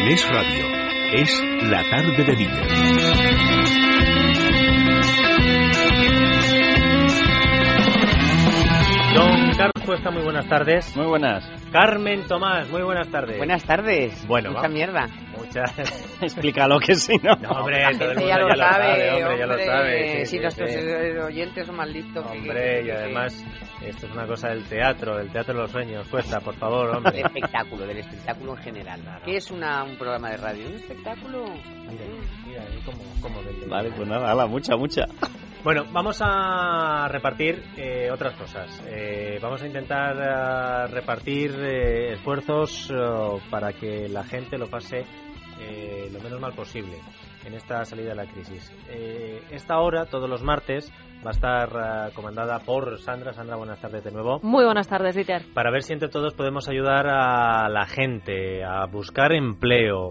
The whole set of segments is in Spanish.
En Es Radio, es la tarde de Dieter. Don Carlos Cuesta, muy buenas tardes. Muy buenas. Carmen Tomás, muy buenas tardes. Buenas tardes. Bueno, mucha mierda. Explícalo, que si no. No, hombre, todo el mundo ya lo sabe, hombre, ya lo sabe. Si nuestros oyentes son más listos. Hombre, y además, esto es una cosa del teatro de los sueños. Cuesta, por favor, hombre. Del espectáculo en general. Claro. ¿Qué es un programa de radio? ¿Un espectáculo? Mira, como Vale, pues nada, hala, mucha. Bueno, vamos a repartir otras cosas. Vamos a intentar repartir esfuerzos para que la gente lo pase lo menos mal posible en esta salida de la crisis. Esta hora, todos los martes, va a estar comandada por Sandra. Sandra, buenas tardes de nuevo. Muy buenas tardes, Dieter. Para ver si entre todos podemos ayudar a la gente a buscar empleo,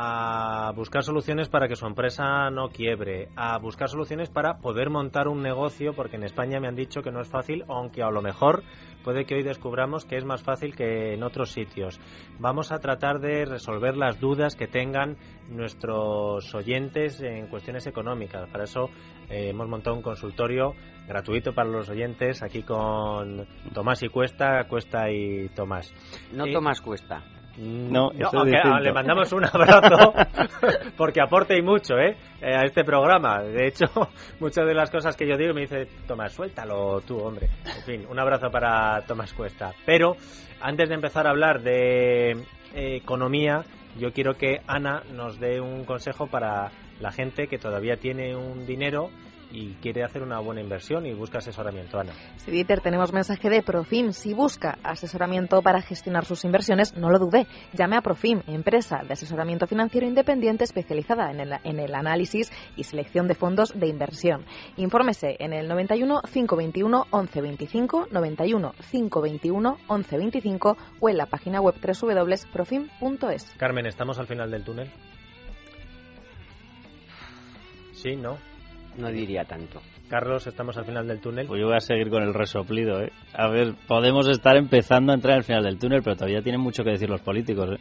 a buscar soluciones para que su empresa no quiebre, a buscar soluciones para poder montar un negocio, porque en España me han dicho que no es fácil, aunque a lo mejor puede que hoy descubramos que es más fácil que en otros sitios. Vamos a tratar de resolver las dudas que tengan nuestros oyentes en cuestiones económicas. Para eso hemos montado un consultorio gratuito para los oyentes aquí con Tomás y Cuesta y Tomás. No Tomás Cuesta. No, le mandamos un abrazo porque aporte y mucho a este programa. De hecho, muchas de las cosas que yo digo me dice Tomás, suéltalo tú, hombre. En fin, un abrazo para Tomás Cuesta. Pero antes de empezar a hablar de economía, yo quiero que Ana nos dé un consejo para la gente que todavía tiene un dinero y quiere hacer una buena inversión y busca asesoramiento. Ana. Sí, Dieter, tenemos mensaje de Profim. Si busca asesoramiento para gestionar sus inversiones, no lo dude. Llame a Profim, empresa de asesoramiento financiero independiente especializada en el análisis y selección de fondos de inversión. Infórmese en el 91 521 1125, 91 521 1125 o en la página web www.profim.es. Carmen, ¿estamos al final del túnel? Sí, ¿no? No diría tanto. Carlos, ¿estamos al final del túnel? Pues yo voy a seguir con el resoplido, A ver, podemos estar empezando a entrar al final del túnel, pero todavía tienen mucho que decir los políticos,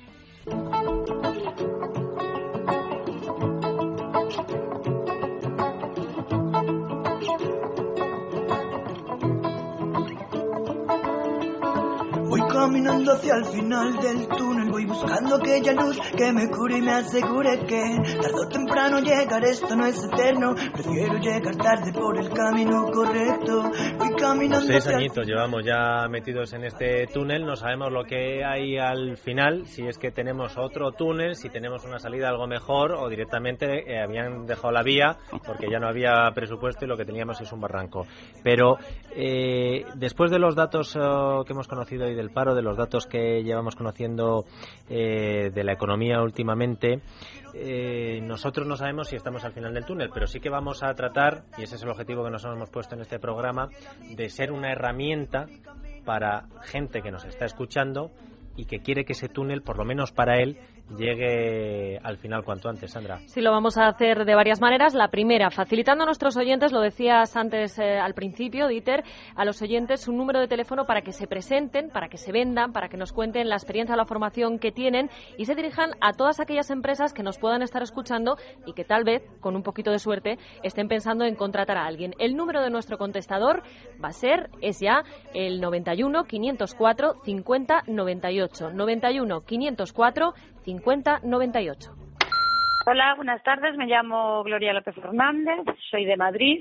Voy caminando hacia el final del túnel, voy buscando aquella luz que me cure y me asegure que tarde o temprano llegar, esto no es eterno, prefiero llegar tarde por el camino correcto. Voy caminando 6 añitos llevamos ya metidos en este túnel, no sabemos lo que hay al final, si es que tenemos otro túnel, si tenemos una salida algo mejor o directamente habían dejado la vía porque ya no había presupuesto y lo que teníamos es un barranco. Pero después de los datos que hemos conocido hoy del paro, de los datos que llevamos conociendo de la economía últimamente, nosotros no sabemos si estamos al final del túnel, pero sí que vamos a tratar, y ese es el objetivo que nos hemos puesto en este programa, de ser una herramienta para gente que nos está escuchando y que quiere que ese túnel, por lo menos para él, llegue al final cuanto antes. Sandra. Sí, lo vamos a hacer de varias maneras. La primera, facilitando a nuestros oyentes, lo decías antes al principio, Dieter, a los oyentes un número de teléfono para que se presenten, para que se vendan, para que nos cuenten la experiencia o la formación que tienen y se dirijan a todas aquellas empresas que nos puedan estar escuchando y que tal vez, con un poquito de suerte, estén pensando en contratar a alguien. El número de nuestro contestador es ya el 91 504 50 98. 91 504 50 98. Hola, buenas tardes. Me llamo Gloria López Fernández, soy de Madrid.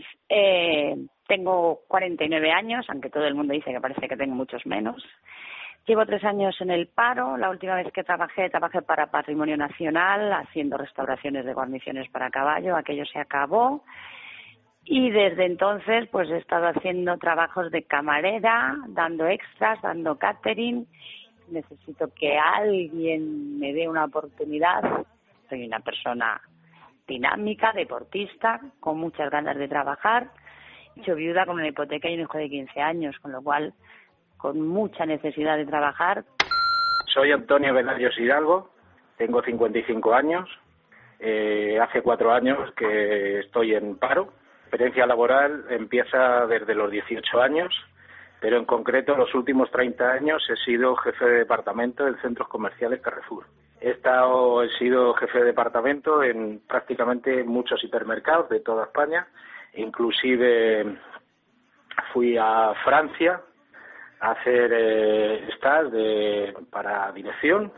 Tengo 49 años, aunque todo el mundo dice que parece que tengo muchos menos. Llevo 3 años en el paro. La última vez que trabajé para Patrimonio Nacional, haciendo restauraciones de guarniciones para caballo. Aquello se acabó. Y desde entonces pues he estado haciendo trabajos de camarera, dando extras, dando catering. Necesito que alguien me dé una oportunidad. Soy una persona dinámica, deportista, con muchas ganas de trabajar. He hecho viuda con una hipoteca y un hijo de 15 años, con lo cual, con mucha necesidad de trabajar. Soy Antonio Velayos Hidalgo, tengo 55 años. Hace 4 años que estoy en paro. Mi experiencia laboral empieza desde los 18 años. Pero en concreto los últimos 30 años he sido jefe de departamento de centros comerciales Carrefour. He sido jefe de departamento en prácticamente muchos hipermercados de toda España. Inclusive fui a Francia a hacer stage para dirección.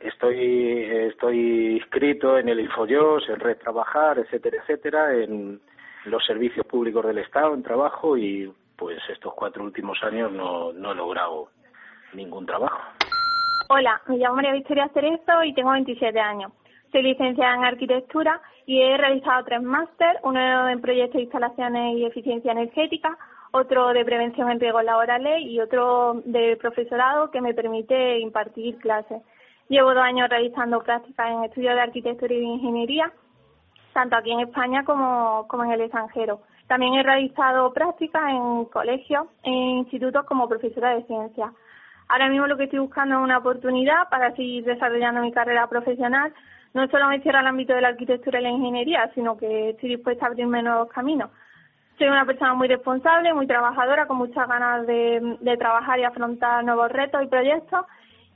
Estoy inscrito en el Infojobs, en Red Trabajar, etcétera, etcétera, en los servicios públicos del Estado, en trabajo, y pues estos 4 últimos años no he logrado ningún trabajo. Hola, me llamo María Victoria Cerezo y tengo 27 años. Soy licenciada en arquitectura y he realizado 3 máster, uno en proyectos de instalaciones y eficiencia energética, otro de prevención en riesgos laborales y otro de profesorado que me permite impartir clases. Llevo 2 años realizando prácticas en estudios de arquitectura y de ingeniería, tanto aquí en España como en el extranjero. También he realizado prácticas en colegios e institutos como profesora de ciencias. Ahora mismo lo que estoy buscando es una oportunidad para seguir desarrollando mi carrera profesional. No solo me cierra el ámbito de la arquitectura y la ingeniería, sino que estoy dispuesta a abrirme nuevos caminos. Soy una persona muy responsable, muy trabajadora, con muchas ganas de trabajar y afrontar nuevos retos y proyectos.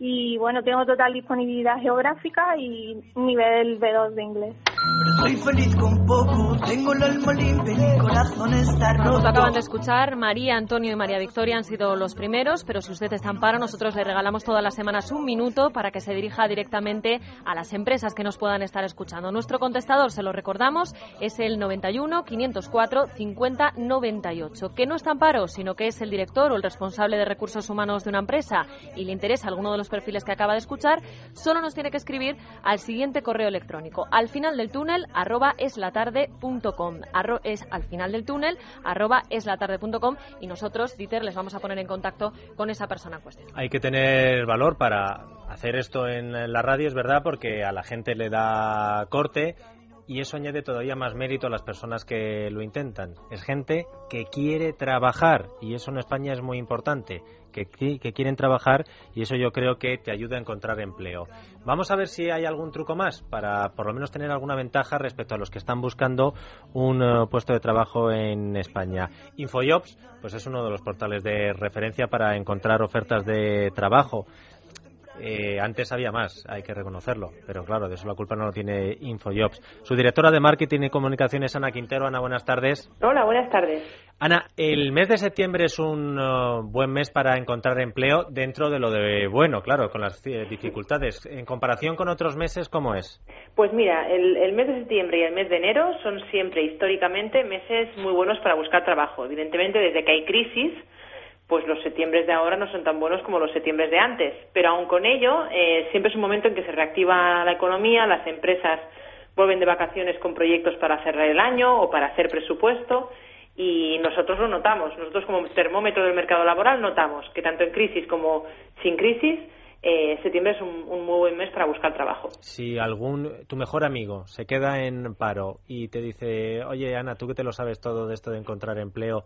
Y bueno, tengo total disponibilidad geográfica y un nivel B2 de inglés. Pero soy feliz con poco, tengo el alma limpia y mi corazón está roto. Acaban de escuchar, María, Antonio y María Victoria han sido los primeros, pero si usted está en paro, nosotros le regalamos todas las semanas un minuto para que se dirija directamente a las empresas que nos puedan estar escuchando. Nuestro contestador, se lo recordamos, es el 91 504 50 98. Que no está en paro, sino que es el director o el responsable de recursos humanos de una empresa y le interesa alguno de los perfiles que acaba de escuchar, solo nos tiene que escribir al siguiente correo electrónico, al final del túnel @eslatarde.com, es al final del túnel @eslatarde.com, y nosotros, Dieter, les vamos a poner en contacto con esa persona en cuestión. Hay que tener valor para hacer esto en la radio, es verdad, porque a la gente le da corte y eso añade todavía más mérito a las personas que lo intentan. Es gente que quiere trabajar y eso en España es muy importante, que quieren trabajar, y eso yo creo que te ayuda a encontrar empleo. Vamos a ver si hay algún truco más para por lo menos tener alguna ventaja respecto a los que están buscando un puesto de trabajo en España. Infojobs, pues es uno de los portales de referencia para encontrar ofertas de trabajo. Antes había más, hay que reconocerlo, pero claro, de eso la culpa no lo tiene Infojobs. Su directora de Marketing y Comunicaciones, Ana Quintero. Ana, buenas tardes. Hola, buenas tardes. Ana, el mes de septiembre es un buen mes para encontrar empleo dentro de lo de bueno, claro, con las dificultades. En comparación con otros meses, ¿cómo es? Pues mira, el mes de septiembre y el mes de enero son siempre, históricamente, meses muy buenos para buscar trabajo. Evidentemente, desde que hay crisis, pues los septiembres de ahora no son tan buenos como los septiembres de antes, pero aún con ello siempre es un momento en que se reactiva la economía, las empresas vuelven de vacaciones con proyectos para cerrar el año o para hacer presupuesto, y nosotros lo notamos. Nosotros, como termómetro del mercado laboral, notamos que tanto en crisis como sin crisis septiembre es un muy buen mes para buscar trabajo. Si tu mejor amigo se queda en paro y te dice: oye, Ana, tú que te lo sabes todo de esto de encontrar empleo,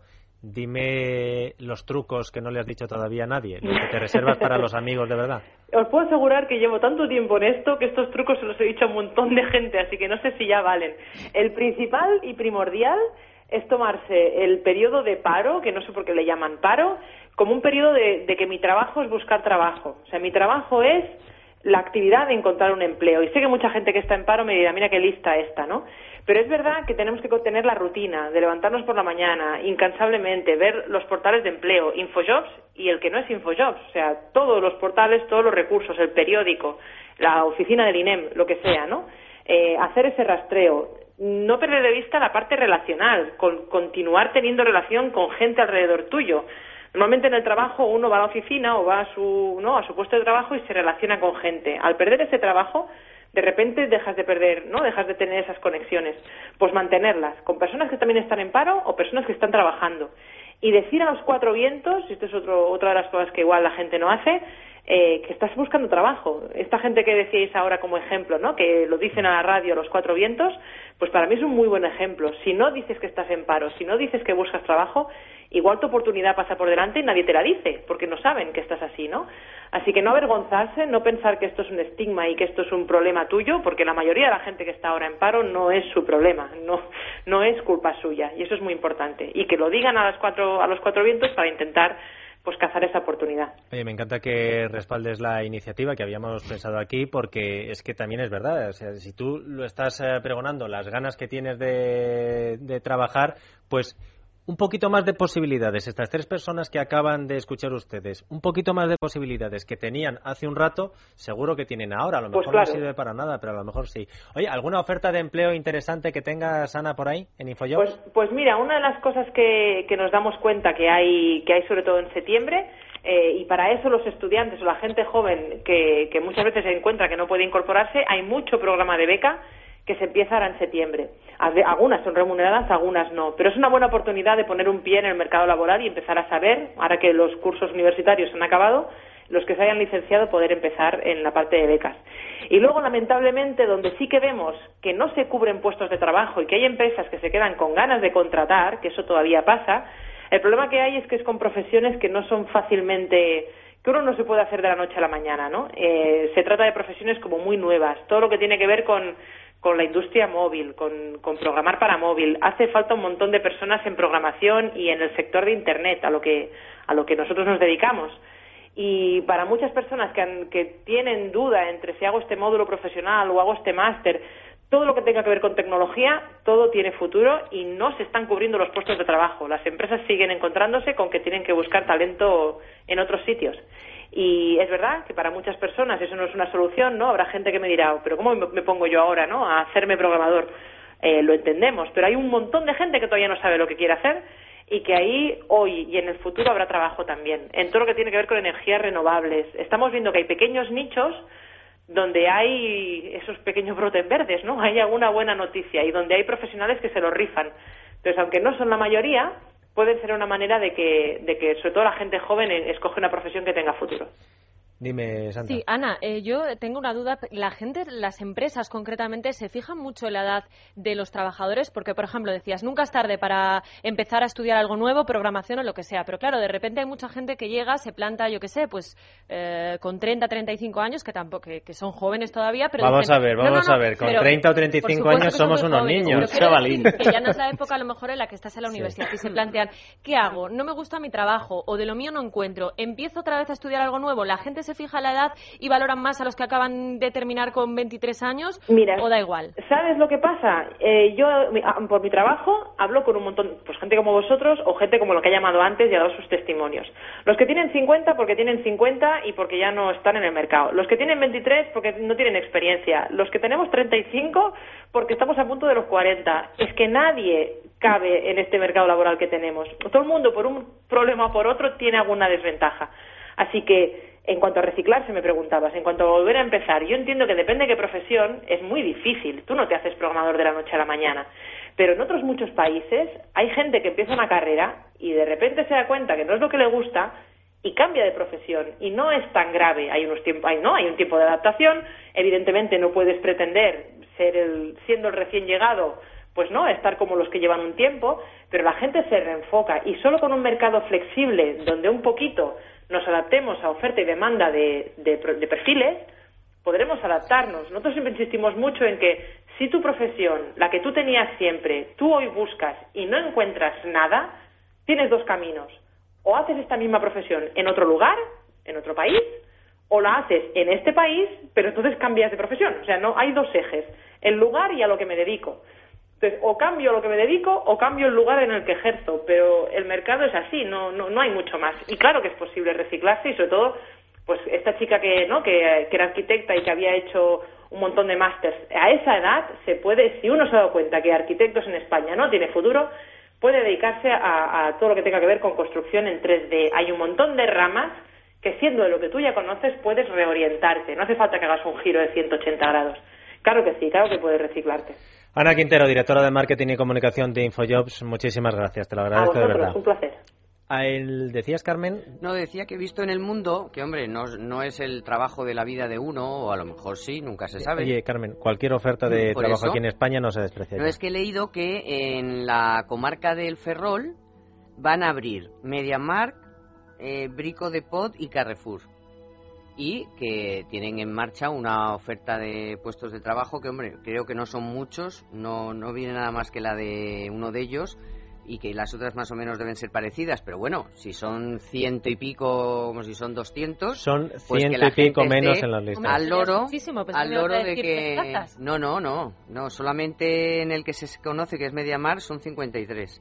dime los trucos que no le has dicho todavía a nadie, los que te reservas para los amigos de verdad. Os puedo asegurar que llevo tanto tiempo en esto que estos trucos se los he dicho a un montón de gente, así que no sé si ya valen. El principal y primordial es tomarse el periodo de paro, que no sé por qué le llaman paro, como un periodo de que mi trabajo es buscar trabajo. O sea, mi trabajo es la actividad de encontrar un empleo. Y sé que mucha gente que está en paro me dirá: mira qué lista esta, ¿no? Pero es verdad que tenemos que tener la rutina de levantarnos por la mañana, incansablemente, ver los portales de empleo, Infojobs y el que no es Infojobs, o sea, todos los portales, todos los recursos, el periódico, la oficina del INEM, lo que sea, ¿no? Hacer ese rastreo, no perder de vista la parte relacional, continuar teniendo relación con gente alrededor tuyo. Normalmente en el trabajo uno va a la oficina o va a su puesto de trabajo y se relaciona con gente. Al perder ese trabajo, de repente dejas de tener esas conexiones. Pues mantenerlas con personas que también están en paro o personas que están trabajando. Y decir a los 4 vientos, y esto es otra de las cosas que igual la gente no hace, que estás buscando trabajo. Esta gente que decíais ahora como ejemplo, ¿no?, que lo dicen a la radio a los 4 vientos, pues para mí es un muy buen ejemplo. Si no dices que estás en paro, si no dices que buscas trabajo, igual tu oportunidad pasa por delante y nadie te la dice, porque no saben que estás así, ¿no? Así que no avergonzarse, no pensar que esto es un estigma y que esto es un problema tuyo, porque la mayoría de la gente que está ahora en paro no es su problema, no es culpa suya, y eso es muy importante. Y que lo digan a los cuatro vientos para intentar pues cazar esa oportunidad. Oye, me encanta que respaldes la iniciativa que habíamos pensado aquí, porque es que también es verdad. O sea, si tú lo estás pregonando, las ganas que tienes de trabajar, pues un poquito más de posibilidades. Estas 3 personas que acaban de escuchar ustedes, un poquito más de posibilidades que tenían hace un rato, seguro que tienen ahora. A lo mejor no sirve para nada, pero a lo mejor sí. Oye, ¿alguna oferta de empleo interesante que tengas, Ana, por ahí, en InfoJobs? Pues mira, una de las cosas que nos damos cuenta que hay sobre todo en septiembre, y para eso los estudiantes o la gente joven que muchas veces se encuentra que no puede incorporarse, hay mucho programa de beca que se empieza ahora en septiembre. Algunas son remuneradas, algunas no, pero es una buena oportunidad de poner un pie en el mercado laboral y empezar a saber, ahora que los cursos universitarios han acabado, los que se hayan licenciado, poder empezar en la parte de becas. Y luego, lamentablemente, donde sí que vemos que no se cubren puestos de trabajo y que hay empresas que se quedan con ganas de contratar, que eso todavía pasa, el problema que hay es que es con profesiones que no son fácilmente, que uno no se puede hacer de la noche a la mañana, ¿no? Se trata de profesiones como muy nuevas, todo lo que tiene que ver con la industria móvil, con programar para móvil. Hace falta un montón de personas en programación y en el sector de Internet, a lo que nosotros nos dedicamos. Y para muchas personas que tienen duda entre si hago este módulo profesional o hago este máster, todo lo que tenga que ver con tecnología, todo tiene futuro y no se están cubriendo los puestos de trabajo. Las empresas siguen encontrándose con que tienen que buscar talento en otros sitios. Y es verdad que para muchas personas eso no es una solución, ¿no? Habrá gente que me dirá, pero ¿cómo me pongo yo ahora, ¿no?, a hacerme programador? Lo entendemos, pero hay un montón de gente que todavía no sabe lo que quiere hacer y que ahí, hoy y en el futuro, habrá trabajo también. En todo lo que tiene que ver con energías renovables. Estamos viendo que hay pequeños nichos donde hay esos pequeños brotes verdes, ¿no? Hay alguna buena noticia y donde hay profesionales que se lo rifan. Entonces, aunque no son la mayoría, pueden ser una manera de que sobre todo la gente joven escoge una profesión que tenga futuro. Dime, Santa. Sí, Ana, yo tengo una duda. La gente, las empresas concretamente, se fijan mucho en la edad de los trabajadores porque, por ejemplo, decías, nunca es tarde para empezar a estudiar algo nuevo, programación o lo que sea. Pero claro, de repente hay mucha gente que llega, se planta, yo qué sé, pues con 30, 35 años, que tampoco que son jóvenes todavía, pero vamos dicen, a ver, con 30 o 35 años somos unos niños, chavalín. Que ya no es la época a lo mejor en la que estás en la universidad y se plantean, ¿qué hago? No me gusta mi trabajo o de lo mío no encuentro. ¿Empiezo otra vez a estudiar algo nuevo? La gente se fija en la edad y valoran más a los que acaban de terminar con 23 años. Mira, o da igual. ¿Sabes lo que pasa? Yo, por mi trabajo, hablo con un montón, pues gente como vosotros o gente como lo que ha llamado antes y ha dado sus testimonios. Los que tienen 50 porque tienen 50 y porque ya no están en el mercado. Los que tienen 23 porque no tienen experiencia. Los que tenemos 35 porque estamos a punto de los 40. Es que nadie cabe en este mercado laboral que tenemos. Todo el mundo, por un problema o por otro, tiene alguna desventaja. Así que, en cuanto a reciclarse, me preguntabas, en cuanto a volver a empezar, yo entiendo que depende de qué profesión, es muy difícil. Tú no te haces programador de la noche a la mañana. Pero en otros muchos países hay gente que empieza una carrera y de repente se da cuenta que no es lo que le gusta y cambia de profesión. Y no es tan grave. Hay un tiempo de adaptación. Evidentemente no puedes pretender siendo el recién llegado, pues no, estar como los que llevan un tiempo, pero la gente se reenfoca. Y solo con un mercado flexible, donde un poquito nos adaptemos a oferta y demanda de perfiles, podremos adaptarnos. Nosotros siempre insistimos mucho en que si tu profesión, la que tú tenías siempre, tú hoy buscas y no encuentras nada, tienes dos caminos. O haces esta misma profesión en otro lugar, en otro país, o la haces en este país, pero entonces cambias de profesión. O sea, no hay dos ejes, el lugar y a lo que me dedico. Entonces, o cambio a lo que me dedico o cambio el lugar en el que ejerzo, pero el mercado es así, no hay mucho más. Y claro que es posible reciclarse y sobre todo, pues esta chica que era arquitecta y que había hecho un montón de másters, a esa edad se puede, si uno se ha dado cuenta que arquitectos en España no tiene futuro, puede dedicarse a todo lo que tenga que ver con construcción en 3D. Hay un montón de ramas que, siendo de lo que tú ya conoces, puedes reorientarte. No hace falta que hagas un giro de 180 grados. Claro que sí, claro que puedes reciclarte. Ana Quintero, directora de Marketing y Comunicación de InfoJobs, muchísimas gracias, te lo agradezco de verdad. Un placer. ¿Decías, Carmen? No, decía que he visto en el mundo que, hombre, no es el trabajo de la vida de uno, o a lo mejor sí, nunca se sabe. Oye, Carmen, cualquier oferta de trabajo aquí en España no se desprecia. No, es que he leído que en la comarca del Ferrol van a abrir MediaMarkt, Brico de Pot y Carrefour. Y que tienen en marcha una oferta de puestos de trabajo que, hombre, creo que no son muchos, no viene nada más que la de uno de ellos, y que las otras más o menos deben ser parecidas, pero bueno, si son 100 y pico, como si son 200, son 100 pues que la y pico gente menos esté en las listas. al loro de decir que... 3 plazas. No, solamente en el que se conoce que es MediaMarkt son 53.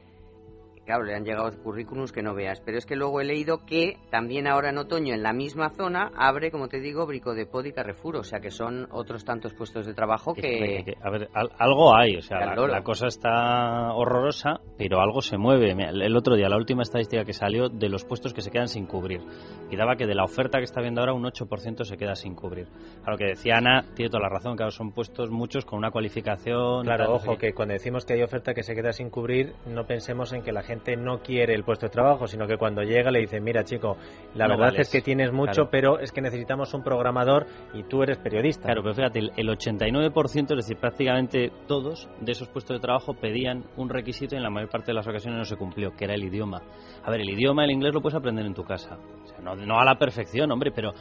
Claro, le han llegado currículums que no veas, pero es que luego he leído que también ahora en otoño en la misma zona abre, como te digo, Brico de Pod y Carrefour, o sea que son otros tantos puestos de trabajo que... A ver, algo hay, o sea, la cosa está horrorosa, pero algo se mueve. Mira, el otro día, la última estadística que salió de los puestos que se quedan sin cubrir, y daba que de la oferta que está viendo ahora un 8% se queda sin cubrir. A lo que decía Ana, tiene toda la razón, claro, son puestos muchos con una cualificación... Claro, ojo, que cuando decimos que hay oferta que se queda sin cubrir, no pensemos en que la gente no quiere el puesto de trabajo, sino que cuando llega le dicen, mira chico, la verdad es que tienes mucho, claro, pero es que necesitamos un programador y tú eres periodista. Claro, pero fíjate, el 89%, es decir, prácticamente todos de esos puestos de trabajo pedían un requisito y en la mayor parte de las ocasiones no se cumplió, que era el idioma. A ver, el idioma, el inglés lo puedes aprender en tu casa, o sea, no a la perfección, hombre, pero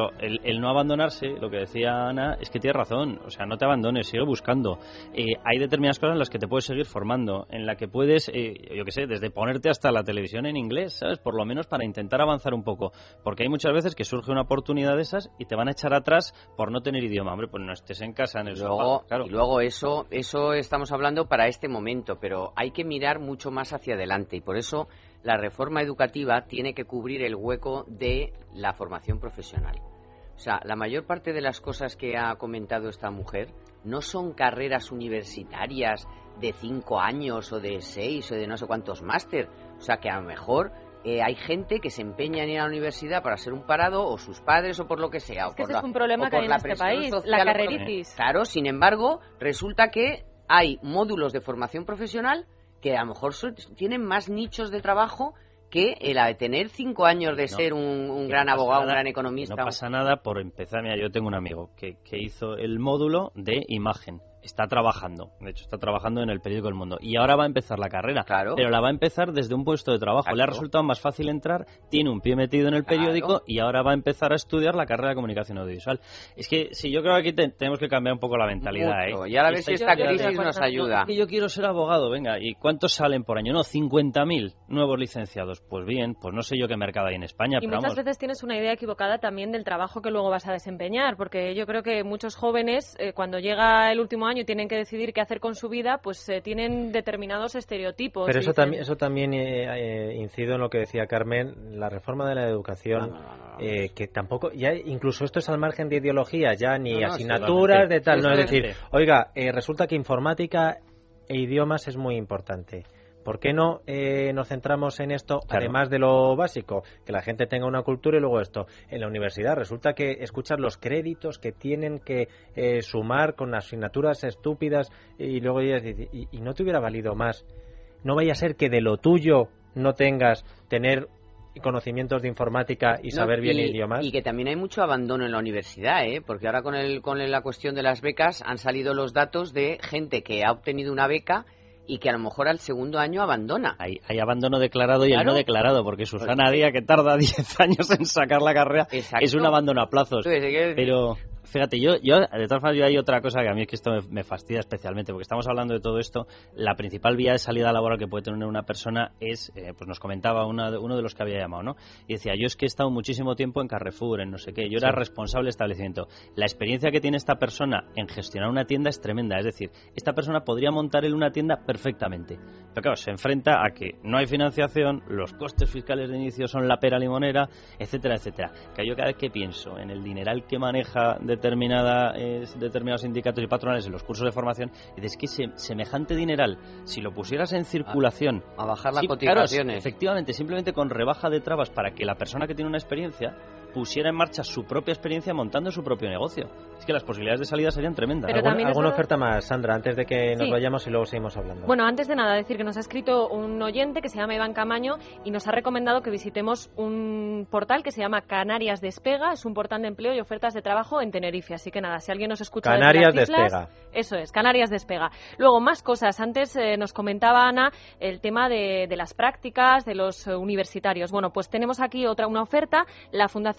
el no abandonarse, lo que decía Ana, es que tienes razón, o sea, no te abandones, sigue buscando. Hay determinadas cosas en las que te puedes seguir formando, en la que puedes, yo qué sé, desde ponerte hasta la televisión en inglés, ¿sabes? Por lo menos para intentar avanzar un poco, porque hay muchas veces que surge una oportunidad de esas y te van a echar atrás por no tener idioma, hombre, pues no estés en casa en el sofá, claro. Y luego eso estamos hablando para este momento, pero hay que mirar mucho más hacia adelante y por eso la reforma educativa tiene que cubrir el hueco de la formación profesional. O sea, la mayor parte de las cosas que ha comentado esta mujer no son carreras universitarias de 5 años o de 6 o de no sé cuántos máster. O sea, que a lo mejor hay gente que se empeña en ir a la universidad para ser un parado, o sus padres, o por lo que sea. Es que ese es un problema que hay en este país, la carreritis. Claro, sin embargo, resulta que hay módulos de formación profesional que a lo mejor tienen más nichos de trabajo que el de tener 5 años de ser un gran abogado, un gran economista. No pasa nada por empezar. Mira, yo tengo un amigo que hizo el módulo de imagen. Está trabajando, de hecho está trabajando en el periódico El Mundo y ahora va a empezar la carrera, claro, pero la va a empezar desde un puesto de trabajo. Claro. Le ha resultado más fácil entrar, tiene un pie metido en el periódico, claro, y ahora va a empezar a estudiar la carrera de comunicación audiovisual. Es que si yo creo que aquí tenemos que cambiar un poco la mentalidad, mucho. Y a ver si esta crisis nos ayuda. Yo quiero ser abogado, venga, ¿y cuántos salen por año? No, 50.000 nuevos licenciados. Pues bien, pues no sé yo qué mercado hay en España. Y pero muchas veces tienes una idea equivocada también del trabajo que luego vas a desempeñar, porque yo creo que muchos jóvenes cuando llega el último año y tienen que decidir qué hacer con su vida, pues tienen determinados estereotipos. Pero eso también incido en lo que decía Carmen, la reforma de la educación, que tampoco, ya incluso esto es al margen de ideología, ya ni asignaturas de tal, no, es decir, oiga, resulta que informática e idiomas es muy importante. ¿Por qué no nos centramos en esto, claro, además de lo básico? Que la gente tenga una cultura y luego esto. En la universidad resulta que escuchas los créditos que tienen que sumar con asignaturas estúpidas y luego y no te hubiera valido más. No vaya a ser que de lo tuyo no tengas tener conocimientos de informática y saber bien idiomas. Y que también hay mucho abandono en la universidad, porque ahora con la cuestión de las becas han salido los datos de gente que ha obtenido una beca y que a lo mejor al segundo año abandona. Hay abandono declarado y el no declarado, porque Susana Díaz, que tarda 10 años en sacar la carrera, es un abandono a plazos. Pero fíjate, yo de todas formas, hay otra cosa que a mí es que esto me fastidia especialmente, porque estamos hablando de todo esto. La principal vía de salida laboral que puede tener una persona es, pues nos comentaba uno de los que había llamado, ¿no? Y decía, yo es que he estado muchísimo tiempo en Carrefour, en no sé qué, yo era responsable de establecimiento. La experiencia que tiene esta persona en gestionar una tienda es tremenda, es decir, esta persona podría montar una tienda perfectamente, pero claro, se enfrenta a que no hay financiación, los costes fiscales de inicio son la pera limonera, etcétera, etcétera. Que yo cada vez que pienso en el dineral que maneja determinados sindicatos y patronales en los cursos de formación, es que semejante dineral, si lo pusieras en circulación, a bajar las cotizaciones, claro, efectivamente, simplemente con rebaja de trabas para que la persona que tiene una experiencia pusiera en marcha su propia experiencia montando su propio negocio. Es que las posibilidades de salida serían tremendas. ¿Alguna oferta más, Sandra, antes de que nos vayamos y luego seguimos hablando? Bueno, antes de nada, decir que nos ha escrito un oyente que se llama Iván Camaño y nos ha recomendado que visitemos un portal que se llama Canarias Despega. Es un portal de empleo y ofertas de trabajo en Tenerife. Así que nada, si alguien nos escucha Canarias desde las islas, Despega. Eso es, Canarias Despega. Luego, más cosas. Antes nos comentaba Ana el tema de las prácticas de los universitarios. Bueno, pues tenemos aquí una oferta. La Fundación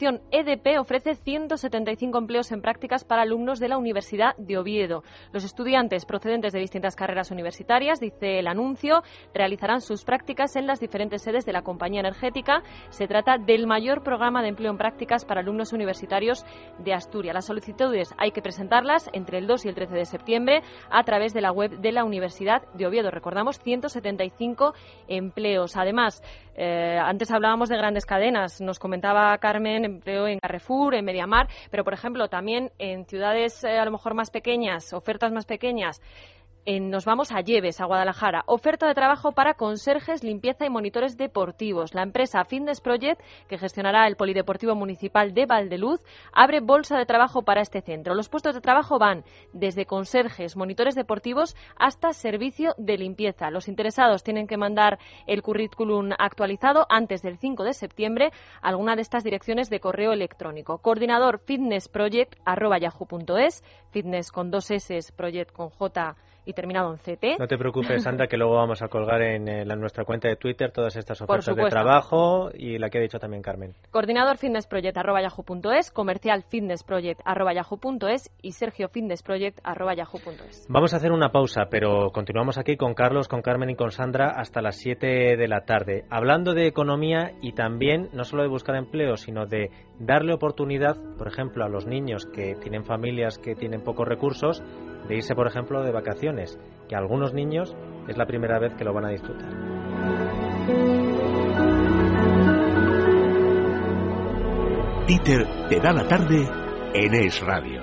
Fundación EDP ofrece 175 empleos en prácticas para alumnos de la Universidad de Oviedo. Los estudiantes procedentes de distintas carreras universitarias, dice el anuncio, realizarán sus prácticas en las diferentes sedes de la compañía energética. Se trata del mayor programa de empleo en prácticas para alumnos universitarios de Asturias. Las solicitudes hay que presentarlas entre el 2 y el 13 de septiembre a través de la web de la Universidad de Oviedo. Recordamos, 175 empleos. Además, antes hablábamos de grandes cadenas. Nos comentaba Carmen, empleo en Carrefour, en MediaMarkt, pero por ejemplo también en ciudades a lo mejor más pequeñas, ofertas más pequeñas. Nos vamos a Lleves, a Guadalajara. Oferta de trabajo para conserjes, limpieza y monitores deportivos. La empresa Fitness Project, que gestionará el Polideportivo Municipal de Valdeluz, abre bolsa de trabajo para este centro. Los puestos de trabajo van desde conserjes, monitores deportivos, hasta servicio de limpieza. Los interesados tienen que mandar el currículum actualizado antes del 5 de septiembre a alguna de estas direcciones de correo electrónico. Coordinador fitnessproject@yahoo.es, fitness con 2 S, project con J y terminado en CT. No te preocupes, Sandra, que luego vamos a colgar en nuestra cuenta de Twitter todas estas ofertas de trabajo y la que ha dicho también Carmen. Coordinador fitnessproject@yahoo.es, comercial fitnessproject@yahoo.es y Sergio fitnessproject@yahoo.es. Vamos a hacer una pausa, pero continuamos aquí con Carlos, con Carmen y con Sandra hasta las 7 de la tarde, hablando de economía y también no solo de buscar empleo, sino de darle oportunidad, por ejemplo, a los niños que tienen familias que tienen pocos recursos, de irse, por ejemplo, de vacaciones, que a algunos niños es la primera vez que lo van a disfrutar. Dieter te da la tarde en Es Radio.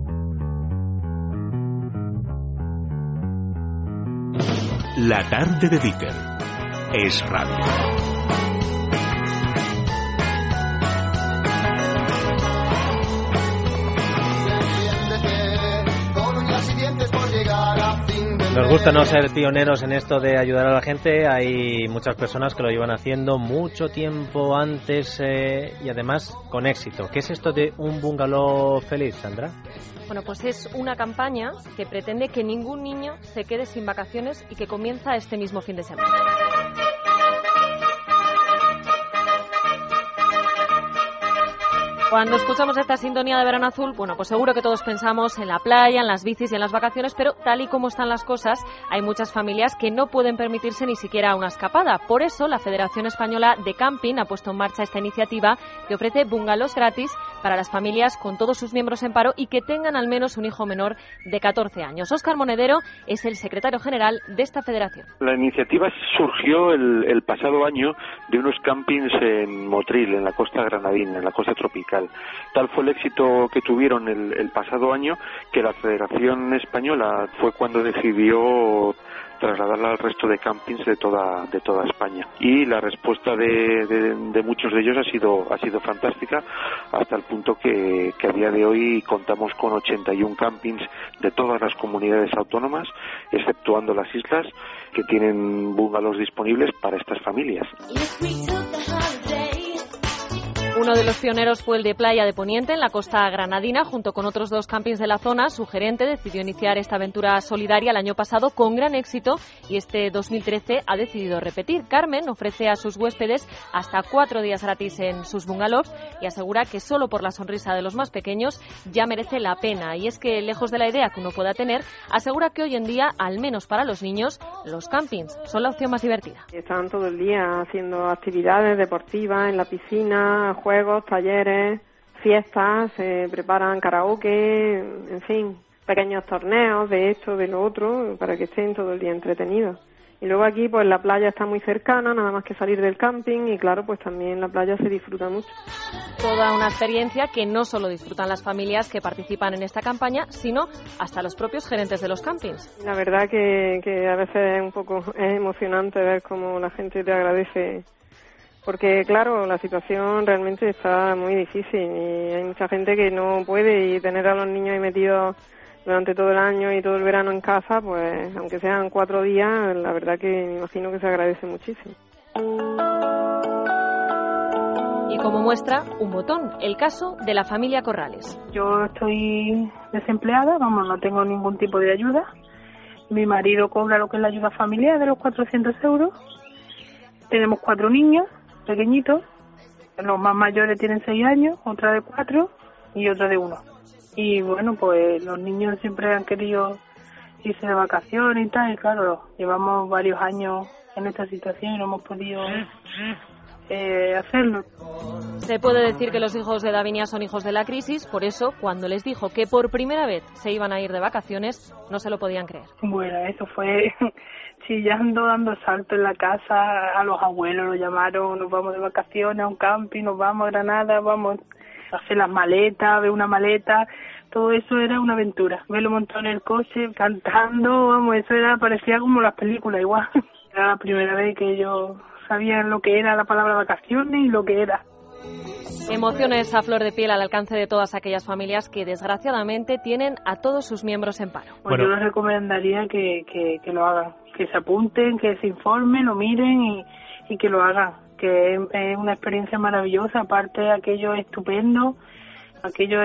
La tarde de Dieter. Es Radio. Nos gusta no ser pioneros en esto de ayudar a la gente. Hay muchas personas que lo llevan haciendo mucho tiempo antes y además con éxito. ¿Qué es esto de un bungalow feliz, Sandra? Bueno, pues es una campaña que pretende que ningún niño se quede sin vacaciones y que comienza este mismo fin de semana. Cuando escuchamos esta sintonía de Verano Azul, bueno, pues seguro que todos pensamos en la playa, en las bicis y en las vacaciones, pero tal y como están las cosas, hay muchas familias que no pueden permitirse ni siquiera una escapada. Por eso, la Federación Española de Camping ha puesto en marcha esta iniciativa que ofrece bungalows gratis para las familias con todos sus miembros en paro y que tengan al menos un hijo menor de 14 años. Óscar Monedero es el secretario general de esta federación. La iniciativa surgió el pasado año de unos campings en Motril, en la costa granadina, en la costa tropical. Tal fue el éxito que tuvieron el pasado año que la Federación Española fue cuando decidió trasladarla al resto de campings de toda España, y la respuesta de muchos de ellos ha sido fantástica, hasta el punto que a día de hoy contamos con 81 campings de todas las comunidades autónomas, exceptuando las islas, que tienen bungalows disponibles para estas familias. Uno de los pioneros fue el de Playa de Poniente, en la costa granadina, junto con otros 2 campings de la zona. Su gerente decidió iniciar esta aventura solidaria el año pasado con gran éxito y este 2013 ha decidido repetir. Carmen ofrece a sus huéspedes hasta 4 días gratis en sus bungalows y asegura que solo por la sonrisa de los más pequeños ya merece la pena. Y es que, lejos de la idea que uno pueda tener, asegura que hoy en día, al menos para los niños, los campings son la opción más divertida. Están todo el día haciendo actividades deportivas en la piscina, juegos, talleres, fiestas, se preparan karaoke, en fin, pequeños torneos de esto, de lo otro, para que estén todo el día entretenidos. Y luego aquí, pues la playa está muy cercana, nada más que salir del camping, y claro, pues también la playa se disfruta mucho. Toda una experiencia que no solo disfrutan las familias que participan en esta campaña, sino hasta los propios gerentes de los campings. La verdad que a veces es un poco emocionante ver cómo la gente te agradece, porque claro, la situación realmente está muy difícil y hay mucha gente que no puede, y tener a los niños ahí metidos durante todo el año y todo el verano en casa, pues aunque sean 4 días, la verdad que me imagino que se agradece muchísimo. Y como muestra, un botón, el caso de la familia Corrales. Yo estoy desempleada, no tengo ningún tipo de ayuda. Mi marido cobra lo que es la ayuda familiar de los 400 euros. Tenemos 4 niños pequeñitos Los más mayores tienen 6 años, otra de 4 y otra de 1. Y bueno, pues los niños siempre han querido irse de vacaciones y tal, y claro, llevamos varios años en esta situación y no hemos podido hacerlo. Se puede decir que los hijos de Davinia son hijos de la crisis, por eso cuando les dijo que por primera vez se iban a ir de vacaciones, no se lo podían creer. Bueno, eso fue chillando, dando salto en la casa, a los abuelos lo llamaron, nos vamos de vacaciones a un camping, nos vamos a Granada, vamos a hacer las maletas, ver una maleta, todo eso era una aventura. Verlo montado en el coche, cantando, vamos, eso parecía como las películas igual. Era la primera vez que ellos sabían lo que era la palabra vacaciones y lo que era. Emociones a flor de piel al alcance de todas aquellas familias que desgraciadamente tienen a todos sus miembros en paro. Pues yo les recomendaría que lo hagan, que se apunten, que se informen, lo miren y que lo hagan, que es una experiencia maravillosa, aparte aquello es estupendo, aquello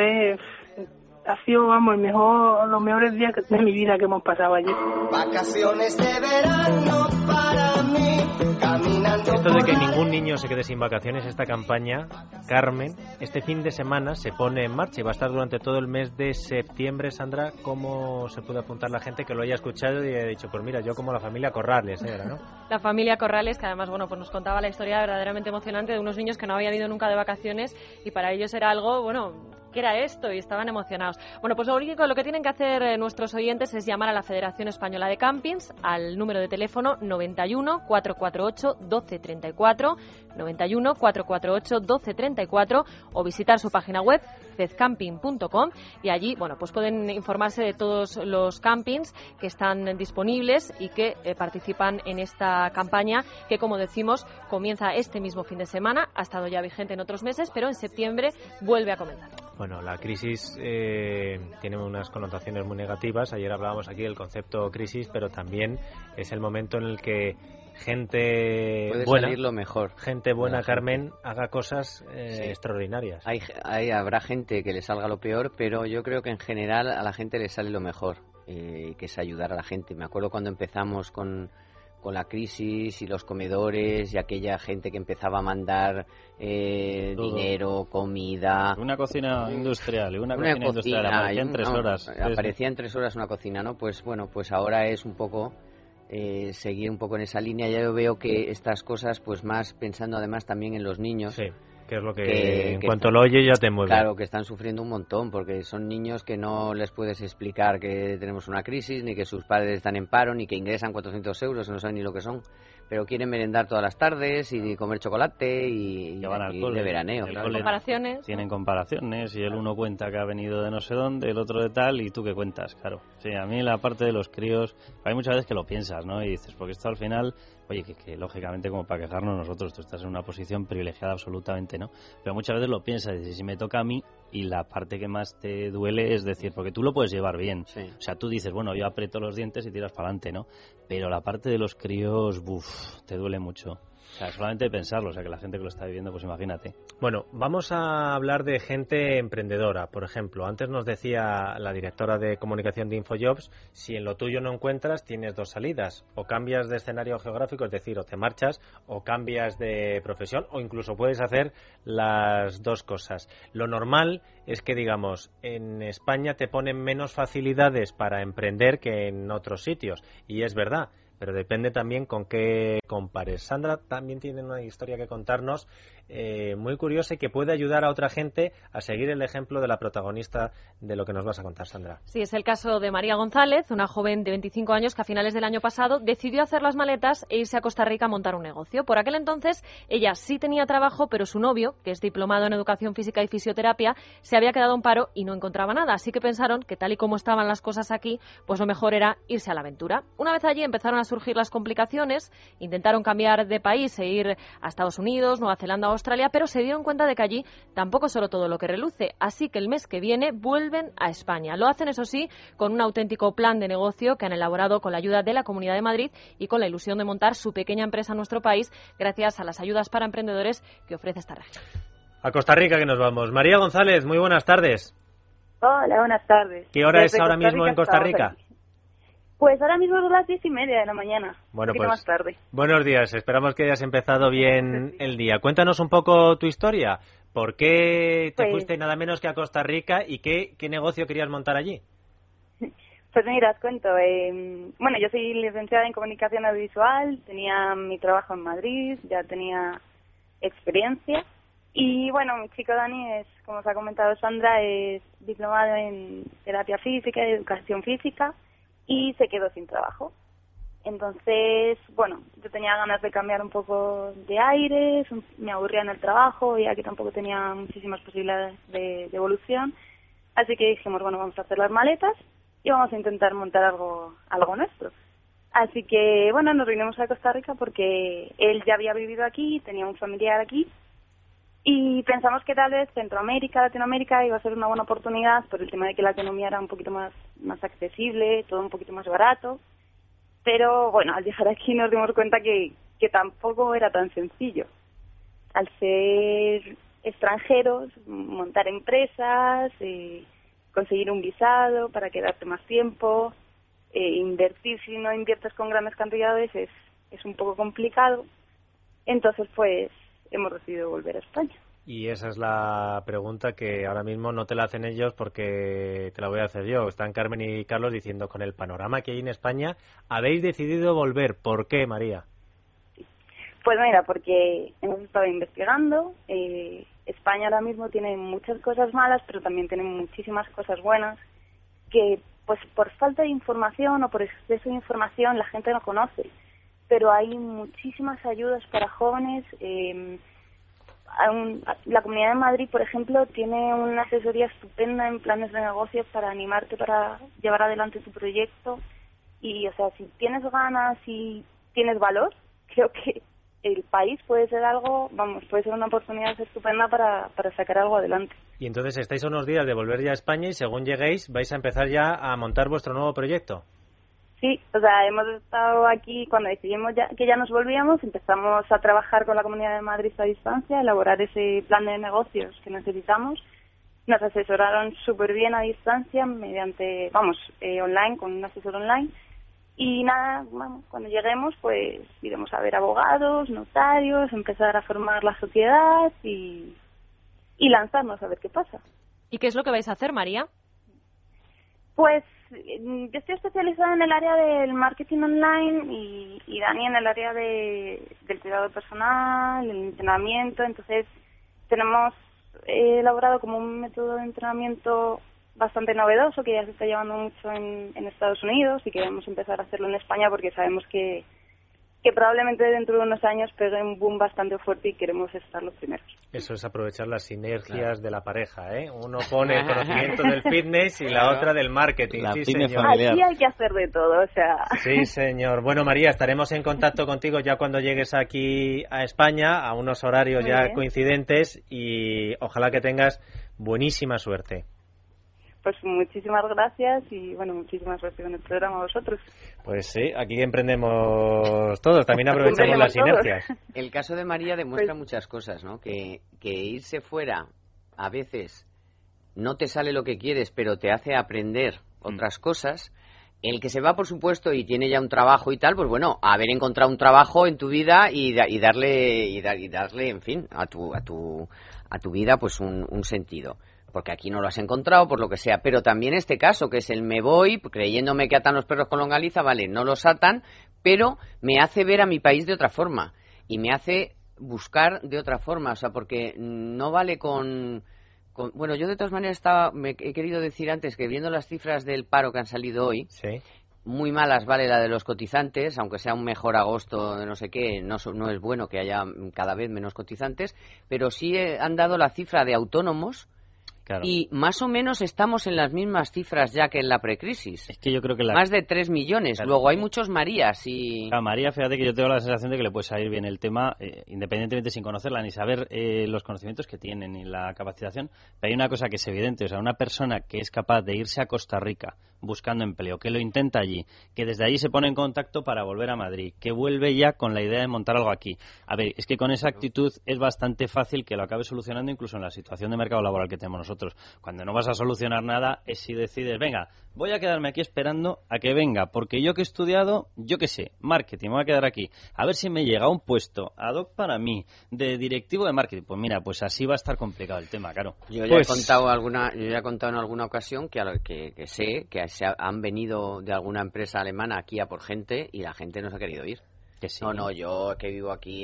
ha sido, vamos, los mejores días de mi vida que hemos pasado allí. Vacaciones de verano para mí, caminando. Esto de que ningún niño se quede sin vacaciones, esta campaña, Carmen, este fin de semana se pone en marcha y va a estar durante todo el mes de septiembre. Sandra, ¿cómo se puede apuntar la gente que lo haya escuchado y haya dicho, pues mira, yo como la familia Corrales, era, ¿no? La familia Corrales, que además, bueno, pues nos contaba la historia verdaderamente emocionante de unos niños que no habían ido nunca de vacaciones y para ellos era algo, bueno, ¿qué era esto? Y estaban emocionados. Bueno, pues lo que tienen que hacer nuestros oyentes es llamar a la Federación Española de Campings al número de teléfono 91 448 1234, 91 448 1234 o visitar su página web fedcamping.com y allí, bueno, pues pueden informarse de todos los campings que están disponibles y que participan en esta campaña que, como decimos, comienza este mismo fin de semana, ha estado ya vigente en otros meses, pero en septiembre vuelve a comenzar. Bueno, la crisis tiene unas connotaciones muy negativas. Ayer hablábamos aquí del concepto crisis, pero también es el momento en el que gente puede buena, salir lo mejor. Gente buena, Carmen, haga cosas extraordinarias. Habrá gente que le salga lo peor, pero yo creo que en general a la gente le sale lo mejor, que es ayudar a la gente. Me acuerdo cuando empezamos con la crisis y los comedores y aquella gente que empezaba a mandar dinero, comida. Una cocina industrial, aparecía en 3 horas. Aparecía en 3 horas una cocina, ¿no? Pues bueno, pues ahora es un poco seguir un poco en esa línea. Ya yo veo que estas cosas, pues más pensando además también en los niños. Sí. Que es lo que en cuanto lo oye ya te mueve. Claro, que están sufriendo un montón, porque son niños que no les puedes explicar que tenemos una crisis, ni que sus padres están en paro, ni que ingresan 400 euros, no saben ni lo que son, pero quieren merendar todas las tardes y comer chocolate y van al cole, de veraneo. Comparaciones. Tienen comparaciones y el uno cuenta que ha venido de no sé dónde, el otro de tal, y tú qué cuentas, claro. Sí, a mí la parte de los críos, hay muchas veces que lo piensas, ¿no? Y dices, porque esto al final, oye, que lógicamente como para quejarnos nosotros, tú estás en una posición privilegiada absolutamente, ¿no? Pero muchas veces lo piensas y dices, si me toca a mí, y la parte que más te duele es decir, porque tú lo puedes llevar bien. Sí. O sea, tú dices, bueno, yo aprieto los dientes y tiras para adelante, ¿no? Pero la parte de los críos, te duele mucho. O sea, solamente de pensarlo, o sea, que la gente que lo está viviendo, pues imagínate. Bueno, vamos a hablar de gente emprendedora, por ejemplo. Antes nos decía la directora de comunicación de InfoJobs, si en lo tuyo no encuentras, tienes 2 salidas. O cambias de escenario geográfico, es decir, o te marchas, o cambias de profesión, o incluso puedes hacer las 2 cosas. Lo normal es que, digamos, en España te ponen menos facilidades para emprender que en otros sitios. Y es verdad. Pero depende también con qué compares. Sandra también tiene una historia que contarnos muy curiosa y que puede ayudar a otra gente a seguir el ejemplo de la protagonista de lo que nos vas a contar, Sandra. Sí, es el caso de María González, una joven de 25 años que a finales del año pasado decidió hacer las maletas e irse a Costa Rica a montar un negocio. Por aquel entonces ella sí tenía trabajo, pero su novio, que es diplomado en educación física y fisioterapia, se había quedado en paro y no encontraba nada. Así que pensaron que tal y como estaban las cosas aquí, pues lo mejor era irse a la aventura. Una vez allí empezaron a surgir las complicaciones, intentaron cambiar de país e ir a Estados Unidos, Nueva Zelanda, Australia, pero se dieron cuenta de que allí tampoco es solo todo lo que reluce, así que el mes que viene vuelven a España. Lo hacen, eso sí, con un auténtico plan de negocio que han elaborado con la ayuda de la Comunidad de Madrid y con la ilusión de montar su pequeña empresa en nuestro país gracias a las ayudas para emprendedores que ofrece esta región. A Costa Rica que nos vamos. María González, muy buenas tardes. Hola, buenas tardes. ¿Qué hora es ahora mismo en Costa Rica? Pues ahora mismo son las 10:30 de la mañana, bueno, un poquito más tarde. Buenos días, esperamos que hayas empezado bien el día. Cuéntanos un poco tu historia. ¿Por qué te fuiste nada menos que a Costa Rica y qué negocio querías montar allí? Pues mira, os cuento. Bueno, yo soy licenciada en Comunicación Audiovisual, tenía mi trabajo en Madrid, ya tenía experiencia. Y bueno, mi chico Dani es, como os ha comentado Sandra, es diplomado en terapia física y educación física y se quedó sin trabajo. Entonces, bueno, yo tenía ganas de cambiar un poco de aires, me aburría en el trabajo, ya que tampoco tenía muchísimas posibilidades de evolución. Así que dijimos, bueno, vamos a hacer las maletas y vamos a intentar montar algo nuestro. Así que, bueno, nos vinimos a Costa Rica porque él ya había vivido aquí, tenía un familiar aquí. Y pensamos que tal vez Centroamérica, Latinoamérica iba a ser una buena oportunidad por el tema de que la economía era un poquito más accesible, todo un poquito más barato. Pero bueno, al llegar aquí nos dimos cuenta que tampoco era tan sencillo. Al ser extranjeros, montar empresas, conseguir un visado para quedarte más tiempo, invertir si no inviertes con grandes cantidades es un poco complicado. Entonces pues hemos decidido volver a España. Y esa es la pregunta que ahora mismo no te la hacen ellos porque te la voy a hacer yo. Están Carmen y Carlos diciendo, con el panorama que hay en España, habéis decidido volver. ¿Por qué, María? Pues mira, porque hemos estado investigando. España ahora mismo tiene muchas cosas malas, pero también tiene muchísimas cosas buenas que, pues por falta de información o por exceso de información, la gente no conoce. Pero hay muchísimas ayudas para jóvenes. La Comunidad de Madrid, por ejemplo, tiene una asesoría estupenda en planes de negocios para animarte para llevar adelante tu proyecto. Y, o sea, si tienes ganas y tienes valor, creo que el país puede ser puede ser una oportunidad estupenda para sacar algo adelante. Y entonces estáis a unos días de volver ya a España y según lleguéis vais a empezar ya a montar vuestro nuevo proyecto. Sí, o sea, hemos estado aquí cuando decidimos que ya nos volvíamos, empezamos a trabajar con la Comunidad de Madrid a distancia, a elaborar ese plan de negocios que necesitamos. Nos asesoraron súper bien a distancia mediante, online, con un asesor online. Y nada, cuando lleguemos, pues iremos a ver abogados, notarios, empezar a formar la sociedad y lanzarnos a ver qué pasa. ¿Y qué es lo que vais a hacer, María? Pues yo estoy especializada en el área del marketing online y Dani en el área del cuidado personal, el entrenamiento. Entonces tenemos elaborado como un método de entrenamiento bastante novedoso que ya se está llevando mucho en Estados Unidos y queremos empezar a hacerlo en España porque sabemos que probablemente dentro de unos años pegue un boom bastante fuerte y queremos estar los primeros. Eso es aprovechar las sinergias de la pareja, ¿eh? Uno pone el conocimiento del fitness y la otra del marketing. La sí, pyme señor. familiar. Aquí hay que hacer de todo, o sea... Sí, señor. Bueno, María, estaremos en contacto contigo ya cuando llegues aquí a España, a unos horarios Muy ya bien. coincidentes y ojalá que tengas buenísima suerte. Pues muchísimas gracias y bueno, muchísima suerte con el programa a vosotros. Pues sí, aquí emprendemos todos, también aprovechamos las sinergias. El caso de María demuestra muchas cosas, ¿no? Que irse fuera a veces no te sale lo que quieres, pero te hace aprender otras cosas. El que se va, por supuesto, y tiene ya un trabajo y tal, pues bueno, haber encontrado un trabajo en tu vida y darle, en fin, a tu vida pues un sentido. Porque aquí no lo has encontrado, por lo que sea. Pero también este caso, que es el me voy, creyéndome que atan los perros con longaniza, vale, no los atan, pero me hace ver a mi país de otra forma. Y me hace buscar de otra forma. O sea, porque no vale con bueno, yo de todas maneras he querido decir antes que viendo las cifras del paro que han salido hoy, sí, muy malas vale la de los cotizantes, aunque sea un mejor agosto de no sé qué, no es bueno que haya cada vez menos cotizantes, pero sí han dado la cifra de autónomos. Claro. Y más o menos estamos en las mismas cifras ya que en la precrisis. Es que yo creo que más de 3 millones. Claro. Luego hay muchos Marías y... Claro, María, fíjate que yo tengo la sensación de que le puede salir bien el tema, independientemente sin conocerla, ni saber los conocimientos que tiene, ni la capacitación. Pero hay una cosa que es evidente, o sea, una persona que es capaz de irse a Costa Rica buscando empleo, que lo intenta allí, que desde allí se pone en contacto para volver a Madrid, que vuelve ya con la idea de montar algo aquí. A ver, es que con esa actitud es bastante fácil que lo acabe solucionando incluso en la situación de mercado laboral que tenemos nosotros. nosotros. Cuando no vas a solucionar nada es si decides, venga, voy a quedarme aquí esperando a que venga, porque yo que he estudiado, yo qué sé, marketing, me voy a quedar aquí, a ver si me llega un puesto ad hoc para mí, de directivo de marketing. Pues mira, pues así va a estar complicado el tema, claro. Yo ya he contado en alguna ocasión que sé que se han venido de alguna empresa alemana aquí a por gente y la gente no se ha querido ir. Que sí. No, yo que vivo aquí,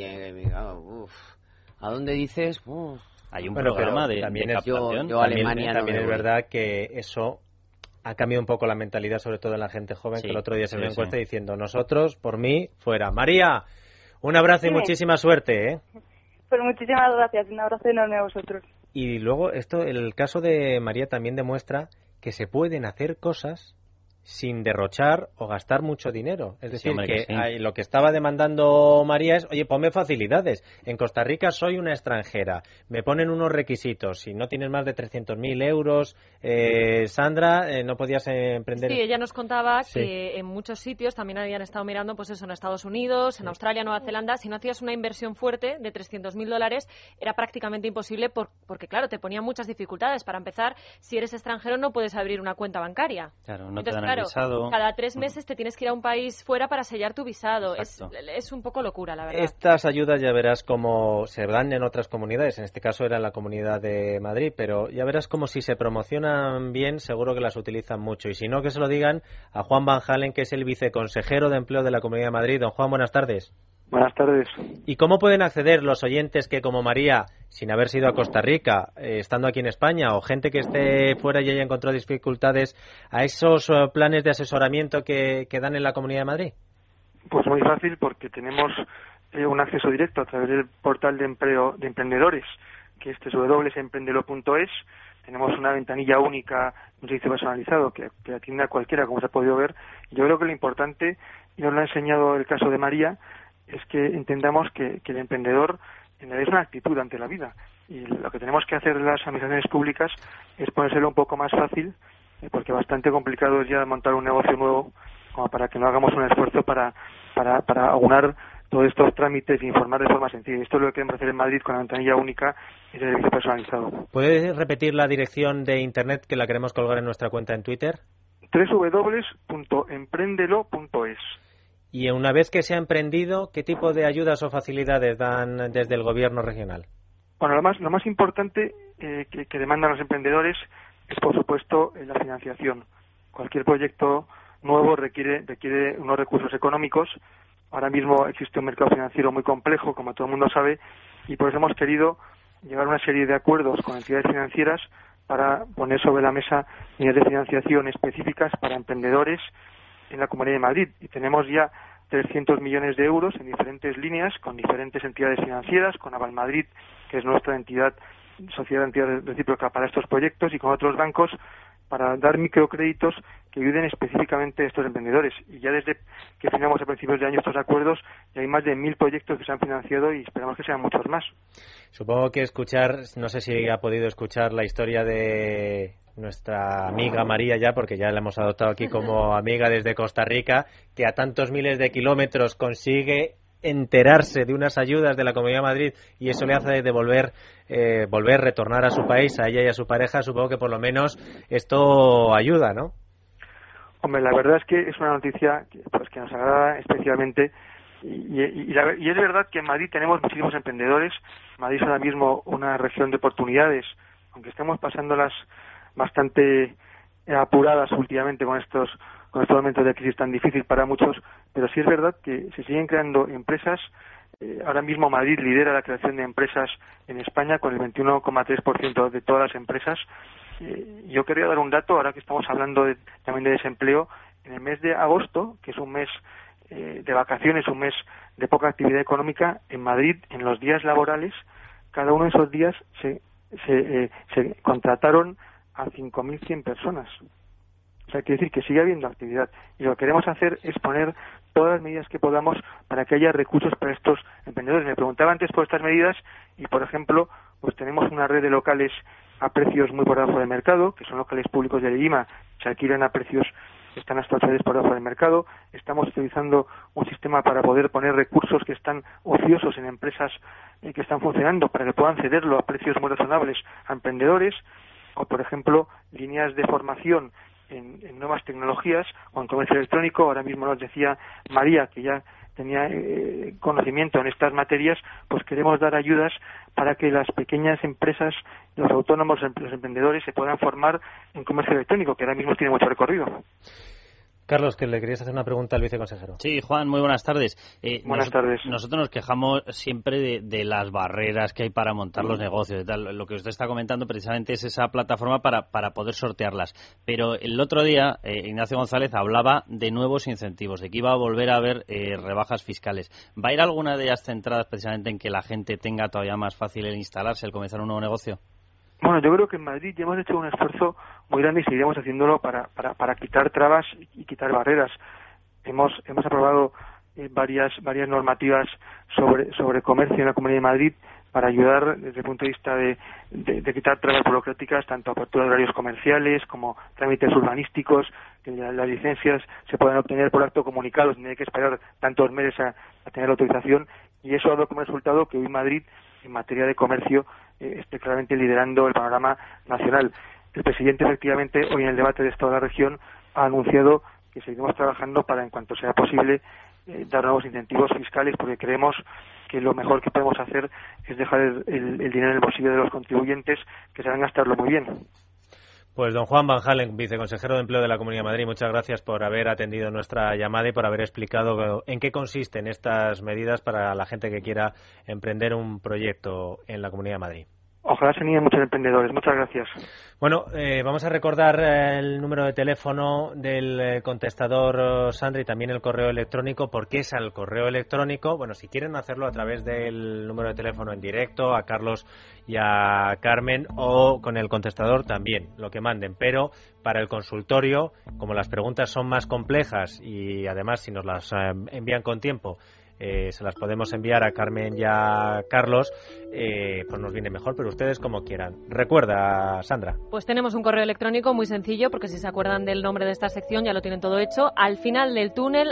¿a dónde dices? Hay un programa de captación. Yo Alemania también es verdad que eso ha cambiado un poco la mentalidad, sobre todo en la gente joven, que el otro día se me encuesta diciendo, nosotros, por mí, fuera. María, un abrazo y muchísima suerte, ¿eh? Pues muchísimas gracias, un abrazo enorme a vosotros. Y luego el caso de María también demuestra que se pueden hacer cosas sin derrochar o gastar mucho dinero. Es decir, lo que estaba demandando María es, oye, ponme facilidades. En Costa Rica soy una extranjera. Me ponen unos requisitos. Si no tienes más de 300.000 euros, Sandra, no podías emprender. Sí, ella nos contaba que en muchos sitios también habían estado mirando, pues eso, en Estados Unidos, en Australia, Nueva Zelanda, si no hacías una inversión fuerte de $300.000, era prácticamente imposible porque, claro, te ponían muchas dificultades. Para empezar, si eres extranjero no puedes abrir una cuenta bancaria. Claro, no te dan visado. Cada 3 meses te tienes que ir a un país fuera para sellar tu visado. Es un poco locura, la verdad. Estas ayudas ya verás cómo se dan en otras comunidades. En este caso era en la Comunidad de Madrid, pero ya verás como si se promocionan bien, seguro que las utilizan mucho. Y si no, que se lo digan a Juan Van Halen, que es el viceconsejero de Empleo de la Comunidad de Madrid. Don Juan, buenas tardes. Buenas tardes. ¿Y cómo pueden acceder los oyentes que, como María, sin haber sido a Costa Rica, estando aquí en España, o gente que esté fuera y haya encontrado dificultades, a esos planes de asesoramiento que dan en la Comunidad de Madrid? Pues muy fácil, porque tenemos un acceso directo a través del portal de empleo de emprendedores, que es www.emprendelo.es. Tenemos una ventanilla única, un servicio personalizado que atiende a cualquiera, como se ha podido ver. Yo creo que lo importante, y nos lo ha enseñado el caso de María, es que entendamos que el emprendedor en realidad es una actitud ante la vida, y lo que tenemos que hacer las administraciones públicas es ponérselo un poco más fácil, porque bastante complicado es ya montar un negocio nuevo, como para que no hagamos un esfuerzo para aunar todos estos trámites e informar de forma sencilla. Esto es lo que queremos hacer en Madrid con la ventanilla única y el servicio personalizado. ¿Puedes repetir la dirección de internet, que la queremos colgar en nuestra cuenta en Twitter? www.emprendelo.es. Y una vez que se ha emprendido, ¿qué tipo de ayudas o facilidades dan desde el gobierno regional? Bueno, lo más importante que demandan los emprendedores es, por supuesto, la financiación. Cualquier proyecto nuevo requiere unos recursos económicos. Ahora mismo existe un mercado financiero muy complejo, como todo el mundo sabe, y por eso hemos querido llegar a una serie de acuerdos con entidades financieras para poner sobre la mesa medidas de financiación específicas para emprendedores en la Comunidad de Madrid, y tenemos ya 300 millones de euros en diferentes líneas con diferentes entidades financieras, con Aval Madrid, que es nuestra sociedad de entidad recíproca para estos proyectos, y con otros bancos para dar microcréditos que ayuden específicamente a estos emprendedores. Y ya desde que firmamos a principios de año estos acuerdos, ya hay más de 1.000 proyectos que se han financiado y esperamos que sean muchos más. Supongo que no sé si ha podido escuchar la historia de nuestra amiga María ya, porque ya la hemos adoptado aquí como amiga desde Costa Rica, que a tantos miles de kilómetros consigue enterarse de unas ayudas de la Comunidad de Madrid, y eso le hace retornar a su país, a ella y a su pareja. Supongo que por lo menos esto ayuda, ¿no? Hombre, la verdad es que es una noticia que nos agrada especialmente, y es verdad que en Madrid tenemos muchísimos emprendedores. Madrid es ahora mismo una región de oportunidades, aunque estemos pasándolas bastante apuradas últimamente con estos momentos de crisis tan difícil para muchos, pero sí es verdad que se siguen creando empresas. Ahora mismo Madrid lidera la creación de empresas en España con el 21,3% de todas las empresas. Yo quería dar un dato, ahora que estamos hablando también de desempleo. En el mes de agosto, que es un mes de vacaciones, un mes de poca actividad económica, en Madrid, en los días laborales, cada uno de esos días se contrataron a 5.100 personas. O sea, quiere decir que sigue habiendo actividad, y lo que queremos hacer es poner todas las medidas que podamos para que haya recursos para estos emprendedores. Me preguntaba antes por estas medidas, y por ejemplo, pues tenemos una red de locales a precios muy por debajo del mercado, que son locales públicos de IMA, se alquilan a precios que están hasta 8 veces por debajo del mercado. Estamos utilizando un sistema para poder poner recursos que están ociosos en empresas que están funcionando, para que puedan cederlo a precios muy razonables a emprendedores. o por ejemplo líneas de formación en nuevas tecnologías o en comercio electrónico. Ahora mismo nos decía María que ya tenía conocimiento en estas materias, pues queremos dar ayudas para que las pequeñas empresas, los autónomos, los emprendedores se puedan formar en comercio electrónico, que ahora mismo tiene mucho recorrido. Carlos, que le querías hacer una pregunta al viceconsejero. Sí, Juan, muy buenas tardes. Buenas tardes. Nosotros nos quejamos siempre de las barreras que hay para montar los negocios y tal. Lo que usted está comentando precisamente es esa plataforma para poder sortearlas. Pero el otro día Ignacio González hablaba de nuevos incentivos, de que iba a volver a haber rebajas fiscales. ¿Va a ir alguna de ellas centradas precisamente en que la gente tenga todavía más fácil el instalarse, el comenzar un nuevo negocio? Bueno, yo creo que en Madrid ya hemos hecho un esfuerzo muy grande y seguiremos haciéndolo para quitar trabas y quitar barreras. Hemos aprobado varias normativas sobre comercio en la Comunidad de Madrid para ayudar desde el punto de vista de quitar trabas burocráticas, tanto apertura de horarios comerciales como trámites urbanísticos, que las licencias se puedan obtener por acto comunicado, sin tener que esperar tantos meses a tener la autorización, y eso ha dado como resultado que hoy Madrid, en materia de comercio, esté claramente liderando el panorama nacional. El presidente, efectivamente, hoy en el debate de Estado de la región ha anunciado que seguiremos trabajando para, en cuanto sea posible, dar nuevos incentivos fiscales, porque creemos que lo mejor que podemos hacer es dejar el dinero en el bolsillo de los contribuyentes, que saben gastarlo muy bien. Pues don Juan Van Halen, viceconsejero de Empleo de la Comunidad de Madrid, muchas gracias por haber atendido nuestra llamada y por haber explicado en qué consisten estas medidas para la gente que quiera emprender un proyecto en la Comunidad de Madrid. Ojalá se animen muchos emprendedores. Muchas gracias. Bueno, vamos a recordar el número de teléfono del contestador Sandra y también el correo electrónico. ¿Por qué es al correo electrónico? Bueno, si quieren hacerlo a través del número de teléfono en directo, a Carlos y a Carmen, o con el contestador también, lo que manden. Pero para el consultorio, como las preguntas son más complejas y además si nos las envían con tiempo, se las podemos enviar a Carmen y a Carlos, pues nos viene mejor, pero ustedes como quieran. Recuerda, Sandra. Pues tenemos un correo electrónico muy sencillo, porque si se acuerdan del nombre de esta sección ya lo tienen todo hecho. Al final del túnel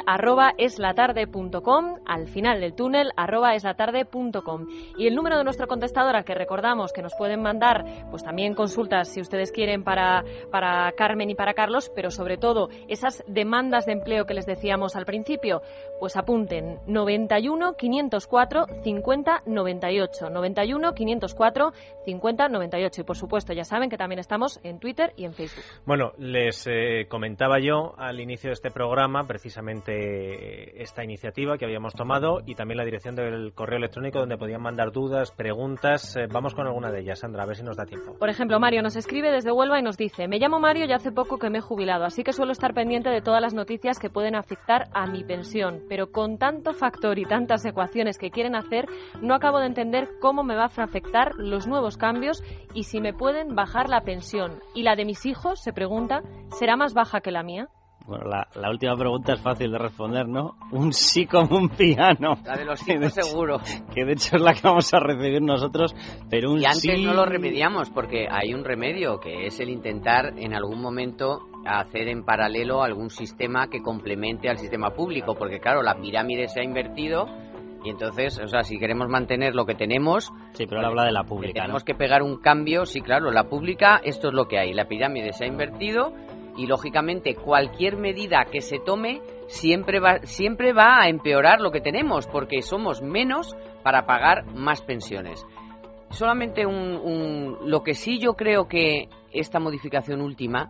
@eslatarde.com, al final del túnel @eslatarde.com. Y el número de nuestro contestador, al que recordamos que nos pueden mandar pues también consultas si ustedes quieren para Carmen y para Carlos, pero sobre todo esas demandas de empleo que les decíamos al principio, pues apunten 91 504 50 98, 91 504 50 98. Y por supuesto ya saben que también estamos en Twitter y en Facebook. Bueno, les comentaba yo al inicio de este programa precisamente esta iniciativa que habíamos tomado y también la dirección del correo electrónico donde podían mandar dudas, preguntas. Vamos con alguna de ellas, Sandra, a ver si nos da tiempo. Por ejemplo, Mario nos escribe desde Huelva y nos dice: me llamo Mario y hace poco que me he jubilado, así que suelo estar pendiente de todas las noticias que pueden afectar a mi pensión, pero con tanto factor y tantas ecuaciones que quieren hacer, no acabo de entender cómo me va a afectar los nuevos cambios y si me pueden bajar la pensión. Y la de mis hijos, se pregunta, ¿será más baja que la mía? Bueno, la última pregunta es fácil de responder, ¿no? Un sí como un piano. La de los hijos seguro. Que de hecho es la que vamos a recibir nosotros, pero un sí... Y antes no lo remediamos, porque hay un remedio, que es el intentar en algún momento hacer en paralelo algún sistema que complemente al sistema público, porque claro, la pirámide se ha invertido y entonces, o sea, si queremos mantener lo que tenemos... Sí, pero él habla de la pública, tenemos que pegar un cambio, sí, claro, la pública, esto es lo que hay, la pirámide se ha invertido y lógicamente cualquier medida que se tome siempre va a empeorar lo que tenemos, porque somos menos para pagar más pensiones. Solamente lo que sí yo creo que esta modificación última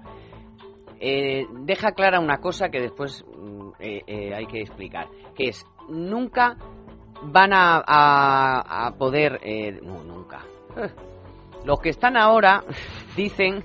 deja clara una cosa que después hay que explicar, que es nunca van a poder... no, nunca. Los que están ahora dicen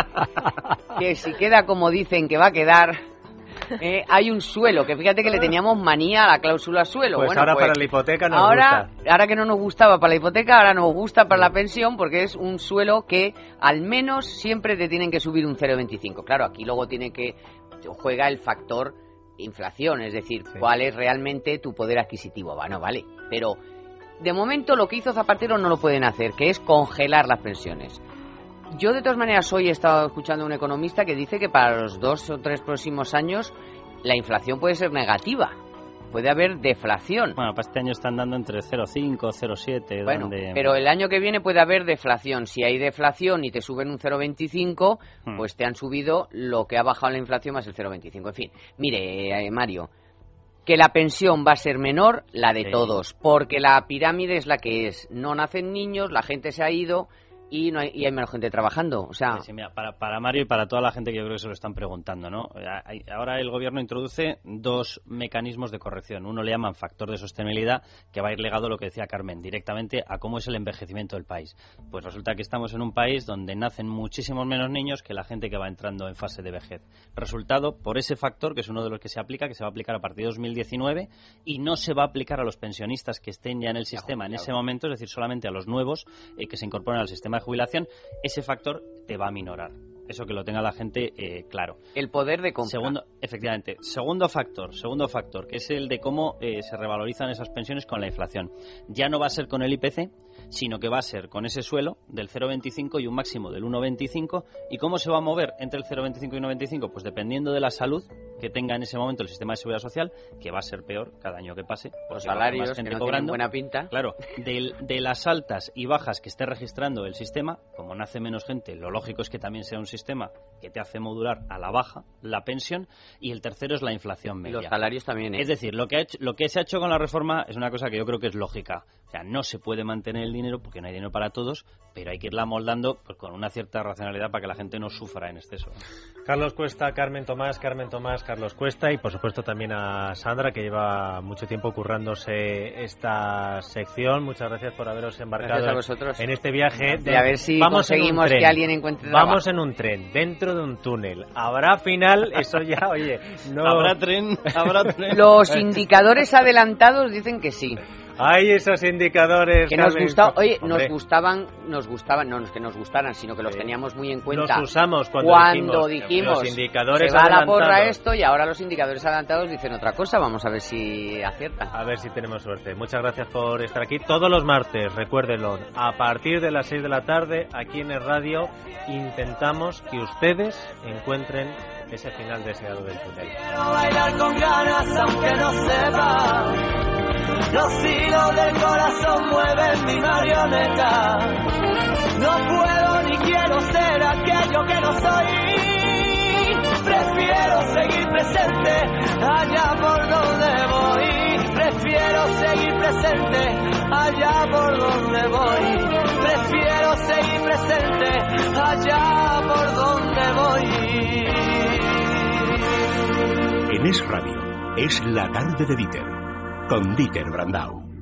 que si queda como dicen que va a quedar, hay un suelo, que fíjate que le teníamos manía a la cláusula suelo. Pues bueno, ahora pues, para la hipoteca nos gusta. Ahora que no nos gustaba para la hipoteca, ahora nos gusta para la pensión, porque es un suelo que al menos siempre te tienen que subir un 0,25. Claro, aquí luego juega el factor inflación, es decir, sí, cuál es realmente tu poder adquisitivo. Bueno, vale, pero de momento lo que hizo Zapatero no lo pueden hacer, que es congelar las pensiones. Yo de todas maneras hoy he estado escuchando a un economista que dice que para los 2 o 3 próximos años la inflación puede ser negativa. puede haber deflación. Bueno, para este año están dando entre 0,5, 0,7. Bueno, pero el año que viene puede haber deflación. Si hay deflación y te suben un 0,25, pues te han subido lo que ha bajado la inflación más el 0,25. En fin, mire, Mario, que la pensión va a ser menor, la de todos, porque la pirámide es la que es. No nacen niños, la gente se ha ido y hay menos gente trabajando. O sea, mira, para Mario y para toda la gente que yo creo que se lo están preguntando, ¿no? Ahora el gobierno introduce 2 mecanismos de corrección. Uno le llaman factor de sostenibilidad, que va a ir ligado, lo que decía Carmen, directamente a cómo es el envejecimiento del país. Pues resulta que estamos en un país donde nacen muchísimos menos niños que la gente que va entrando en fase de vejez. Resultado, por ese factor, que es uno de los que se aplica, que se va a aplicar a partir de 2019 y no se va a aplicar a los pensionistas que estén ya en el sistema en ese momento, es decir, solamente a los nuevos que se incorporan al sistema de jubilación, ese factor te va a minorar. Eso que lo tenga la gente claro. El poder de compra. Efectivamente. Segundo factor, que es el de cómo se revalorizan esas pensiones con la inflación. Ya no va a ser con el IPC, sino que va a ser con ese suelo del 0,25 y un máximo del 1,25. ¿Y cómo se va a mover entre el 0,25 y 1,25? Pues dependiendo de la salud que tenga en ese momento el sistema de seguridad social, que va a ser peor cada año que pase. Los salarios más gente que no cobrando. Tienen buena pinta. Claro, de las altas y bajas que esté registrando el sistema, como nace menos gente, lo lógico es que también sea un sistema que te hace modular a la baja la pensión. Y el tercero es la inflación media. Y los salarios también. Es decir, lo que se ha hecho con la reforma es una cosa que yo creo que es lógica. O sea, no se puede mantener el dinero porque no hay dinero para todos, pero hay que irla moldando pues, con una cierta racionalidad para que la gente no sufra en exceso. Carlos Cuesta, Carmen Tomás, Carlos Cuesta, y por supuesto también a Sandra, que lleva mucho tiempo currándose esta sección. Muchas gracias por haberos embarcado en este viaje. A ver si conseguimos que alguien encuentre trabajo. Vamos en un tren, dentro de un túnel. ¿Habrá final? Eso ya, oye, no... ¿Habrá tren? Los indicadores adelantados dicen que sí. Hay esos indicadores que nos gustaban, no es que nos gustaran, sino que los teníamos muy en cuenta. Los usamos cuando dijimos los indicadores se va a la porra esto, y ahora los indicadores adelantados dicen otra cosa. Vamos a ver si aciertan. A ver si tenemos suerte. Muchas gracias por estar aquí todos los martes, recuérdenlo, a partir de las 6 de la tarde aquí en el radio intentamos que ustedes encuentren ese final deseado del túnel. Quiero bailar con ganas aunque no sepa. Los hilos del corazón mueven mi marioneta. No puedo ni quiero ser aquello que no soy. Prefiero seguir presente allá por donde voy. Prefiero seguir presente allá por donde voy. Prefiero seguir presente allá por donde voy. En Es Radio, es la tarde de Dieter, con Dieter Brandau.